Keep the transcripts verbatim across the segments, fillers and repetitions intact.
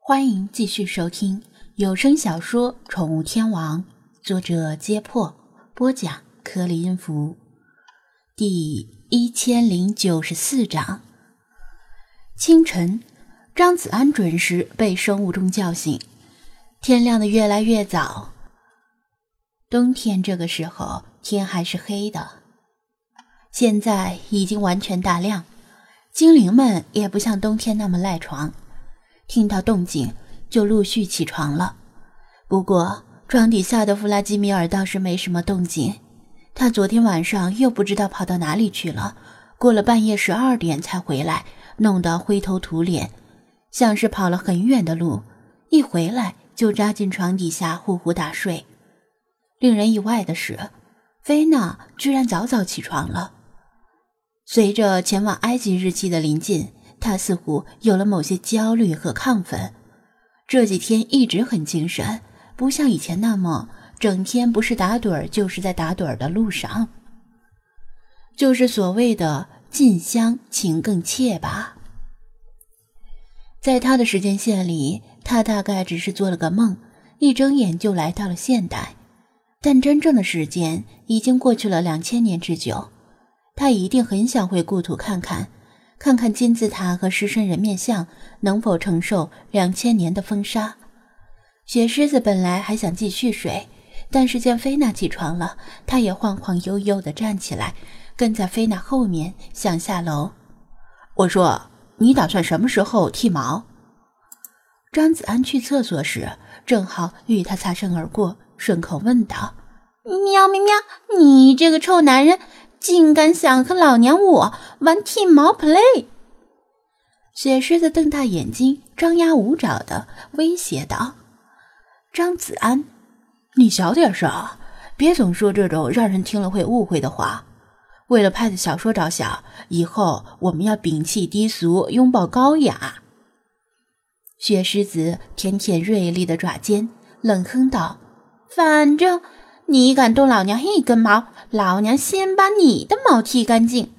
欢迎继续收听有声小说《宠物天王》，作者揭破，播讲颗粒音符，第一千零九十四章。清晨，张子安准时被生物钟叫醒，天亮得越来越早。冬天这个时候天还是黑的，现在已经完全大亮，精灵们也不像冬天那么赖床，听到动静就陆续起床了。不过床底下的弗拉基米尔倒是没什么动静，他昨天晚上又不知道跑到哪里去了，过了半夜十二点才回来，弄得灰头土脸，像是跑了很远的路，一回来就扎进床底下呼呼大睡。令人意外的是，菲娜居然早早起床了。随着前往埃及日期的临近，他似乎有了某些焦虑和亢奋，这几天一直很精神，不像以前那么整天不是打盹儿就是在打盹儿的路上，就是所谓的近乡情更怯吧。在他的时间线里，他大概只是做了个梦，一睁眼就来到了现代，但真正的时间已经过去了两千年之久。他一定很想回故土看看，看看金字塔和狮身人面像能否承受两千年的风沙。雪狮子本来还想继续睡，但是见菲娜起床了，他也晃晃悠悠地站起来，跟在菲娜后面想下楼。我说，你打算什么时候剃毛？张子安去厕所时正好与他擦身而过，顺口问道。喵喵喵，你这个臭男人竟敢想和老娘我玩剃毛 play！ 雪狮子瞪大眼睛，张牙舞爪地威胁道。张子安，你小点声，别总说这种让人听了会误会的话。为了拍的小说着想，以后我们要摒弃低俗，拥抱高雅。雪狮子舔舔锐利的爪尖，冷哼道，反正你敢动老娘一根毛，老娘先把你的毛剃干净。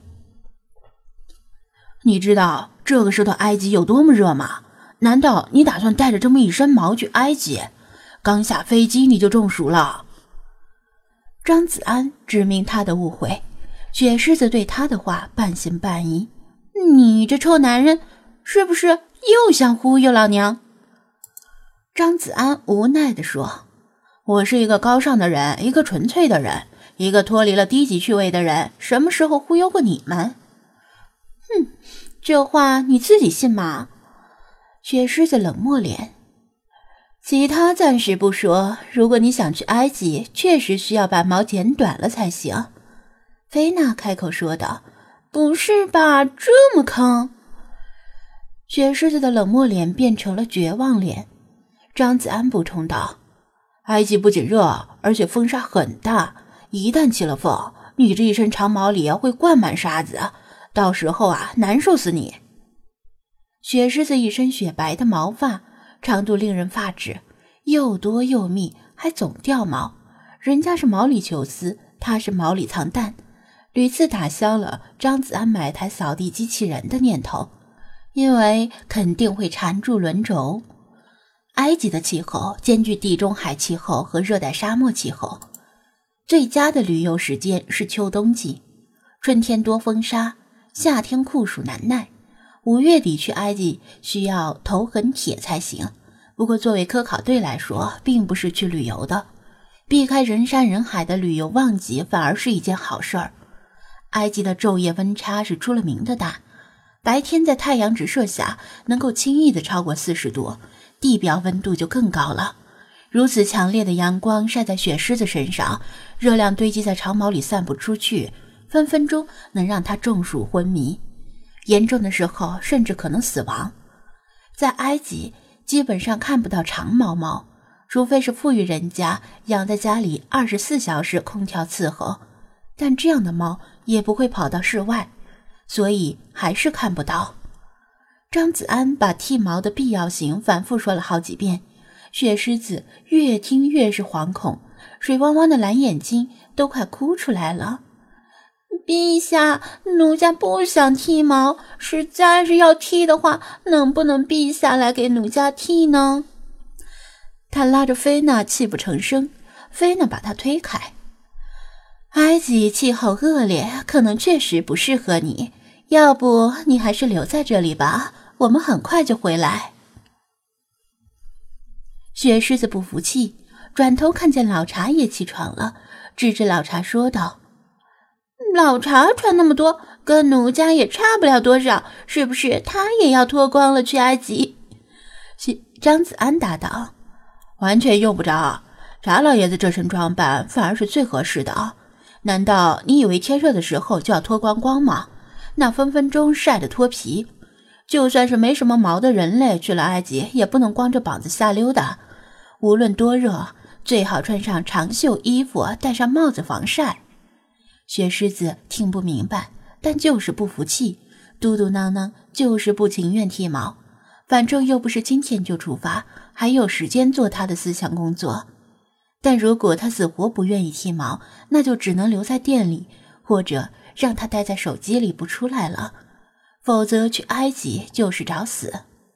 你知道这个时候埃及有多么热吗？难道你打算带着这么一身毛去埃及？刚下飞机你就中暑了。张子安指明他的误会，雪狮子对他的话半信半疑。你这臭男人是不是又想忽悠老娘？张子安无奈地说，我是一个高尚的人，一个纯粹的人，一个脱离了低级趣味的人，什么时候忽悠过你们？哼，这话你自己信吗？雪狮子冷漠脸。其他暂时不说，如果你想去埃及，确实需要把毛剪短了才行。菲娜开口说道。不是吧，这么坑？雪狮子的冷漠脸变成了绝望脸。张子安补充道，埃及不仅热，而且风沙很大，一旦起了风，你这一身长毛里会灌满沙子，到时候啊，难受死你。雪狮子一身雪白的毛发，长度令人发指，又多又密，还总掉毛。人家是毛里求斯，他是毛里藏蛋，屡次打消了张子安买台扫地机器人的念头，因为肯定会缠住轮轴。埃及的气候兼具地中海气候和热带沙漠气候，最佳的旅游时间是秋冬季，春天多风沙，夏天酷暑难耐。五月底去埃及需要头很铁才行，不过作为科考队来说，并不是去旅游的，避开人山人海的旅游旺季反而是一件好事儿。埃及的昼夜温差是出了名的大，白天在太阳直射下能够轻易的超过四十度，地表温度就更高了。如此强烈的阳光晒在雪狮子身上，热量堆积在长毛里散不出去，分分钟能让它中暑昏迷，严重的时候甚至可能死亡。在埃及基本上看不到长毛猫，除非是富裕人家养在家里二十四小时空调伺候，但这样的猫也不会跑到室外，所以还是看不到。张子安把剃毛的必要性反复说了好几遍，雪狮子越听越是惶恐，水汪汪的蓝眼睛都快哭出来了。 陛下，奴家不想剃毛，实在是要剃的话，能不能陛下来给奴家剃呢？他拉着菲娜泣不成声，菲娜把他推开。埃及气候恶劣，可能确实不适合你，要不你还是留在这里吧，我们很快就回来。雪狮子不服气，转头看见老茶也起床了，指着老茶说道：老茶穿那么多，跟奴家也差不了多少，是不是他也要脱光了去埃及？张子安答道：完全用不着，茶老爷子这身装扮反而是最合适的。难道你以为天热的时候就要脱光光吗？那分分钟晒得脱皮。就算是没什么毛的人类去了埃及，也不能光着膀子瞎溜达。无论多热，最好穿上长袖衣服，戴上帽子防晒。雪狮子听不明白，但就是不服气，嘟嘟囔囔，就是不情愿剃毛。反正又不是今天就出发，还有时间做他的思想工作。但如果他死活不愿意剃毛，那就只能留在店里，或者让他待在手机里不出来了。否则去埃及就是找死。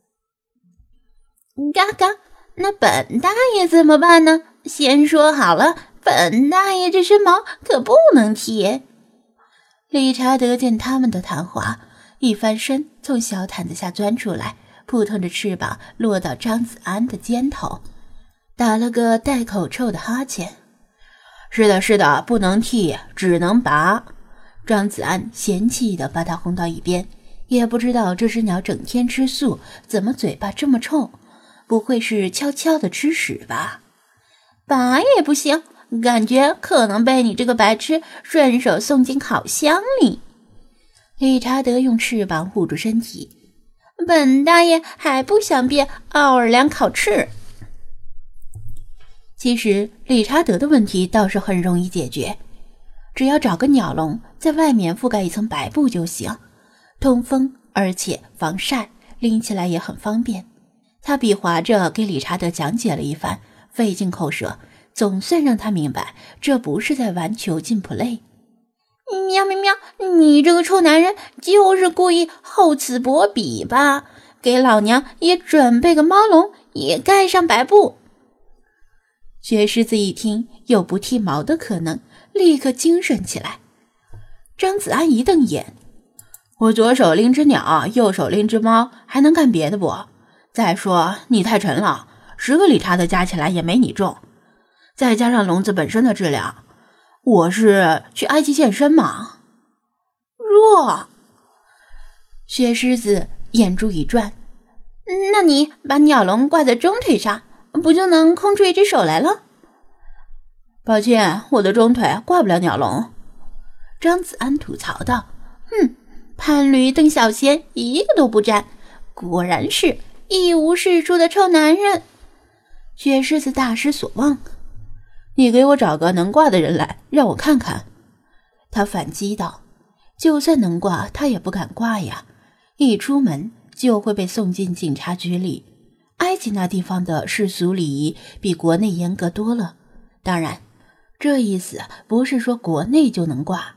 嘎嘎，那本大爷怎么办呢？先说好了，本大爷这身毛可不能剃。理查德见他们的谈话，一翻身从小毯子下钻出来，扑腾着翅膀落到张子安的肩头，打了个带口臭的哈欠。是的是的，不能剃，只能拔。张子安嫌弃地把他轰到一边，也不知道这只鸟整天吃素，怎么嘴巴这么臭，不会是悄悄地吃屎吧？拔也不行，感觉可能被你这个白痴顺手送进烤箱里。理查德用翅膀护住身体，本大爷还不想变奥尔良烤翅。其实理查德的问题倒是很容易解决，只要找个鸟笼，在外面覆盖一层白布就行，通风而且防晒，拎起来也很方便。他比划着给理查德讲解了一番，费尽口舌，总算让他明白这不是在玩囚禁 play。喵喵喵，你这个臭男人就是故意厚此薄彼吧？给老娘也准备个猫笼，也盖上白布。雪狮子一听有不剃毛的可能，立刻精神起来。张子安一瞪眼，我左手拎只鸟，右手拎只猫，还能干别的不？再说你太沉了，十个理查德加起来也没你重，再加上笼子本身的质量，我是去埃及健身嘛。弱。雪狮子眼珠一转，那你把鸟笼挂在中腿上，不就能空出一只手来了？抱歉，我的中腿挂不了鸟笼。张子安吐槽道。哼，潘驴邓小闲一个都不沾，果然是一无是处的臭男人。雪狮子大失所望，你给我找个能挂的人来，让我看看。他反击道，就算能挂，他也不敢挂呀，一出门就会被送进警察局里。埃及那地方的世俗礼仪比国内严格多了，当然，这意思不是说国内就能挂。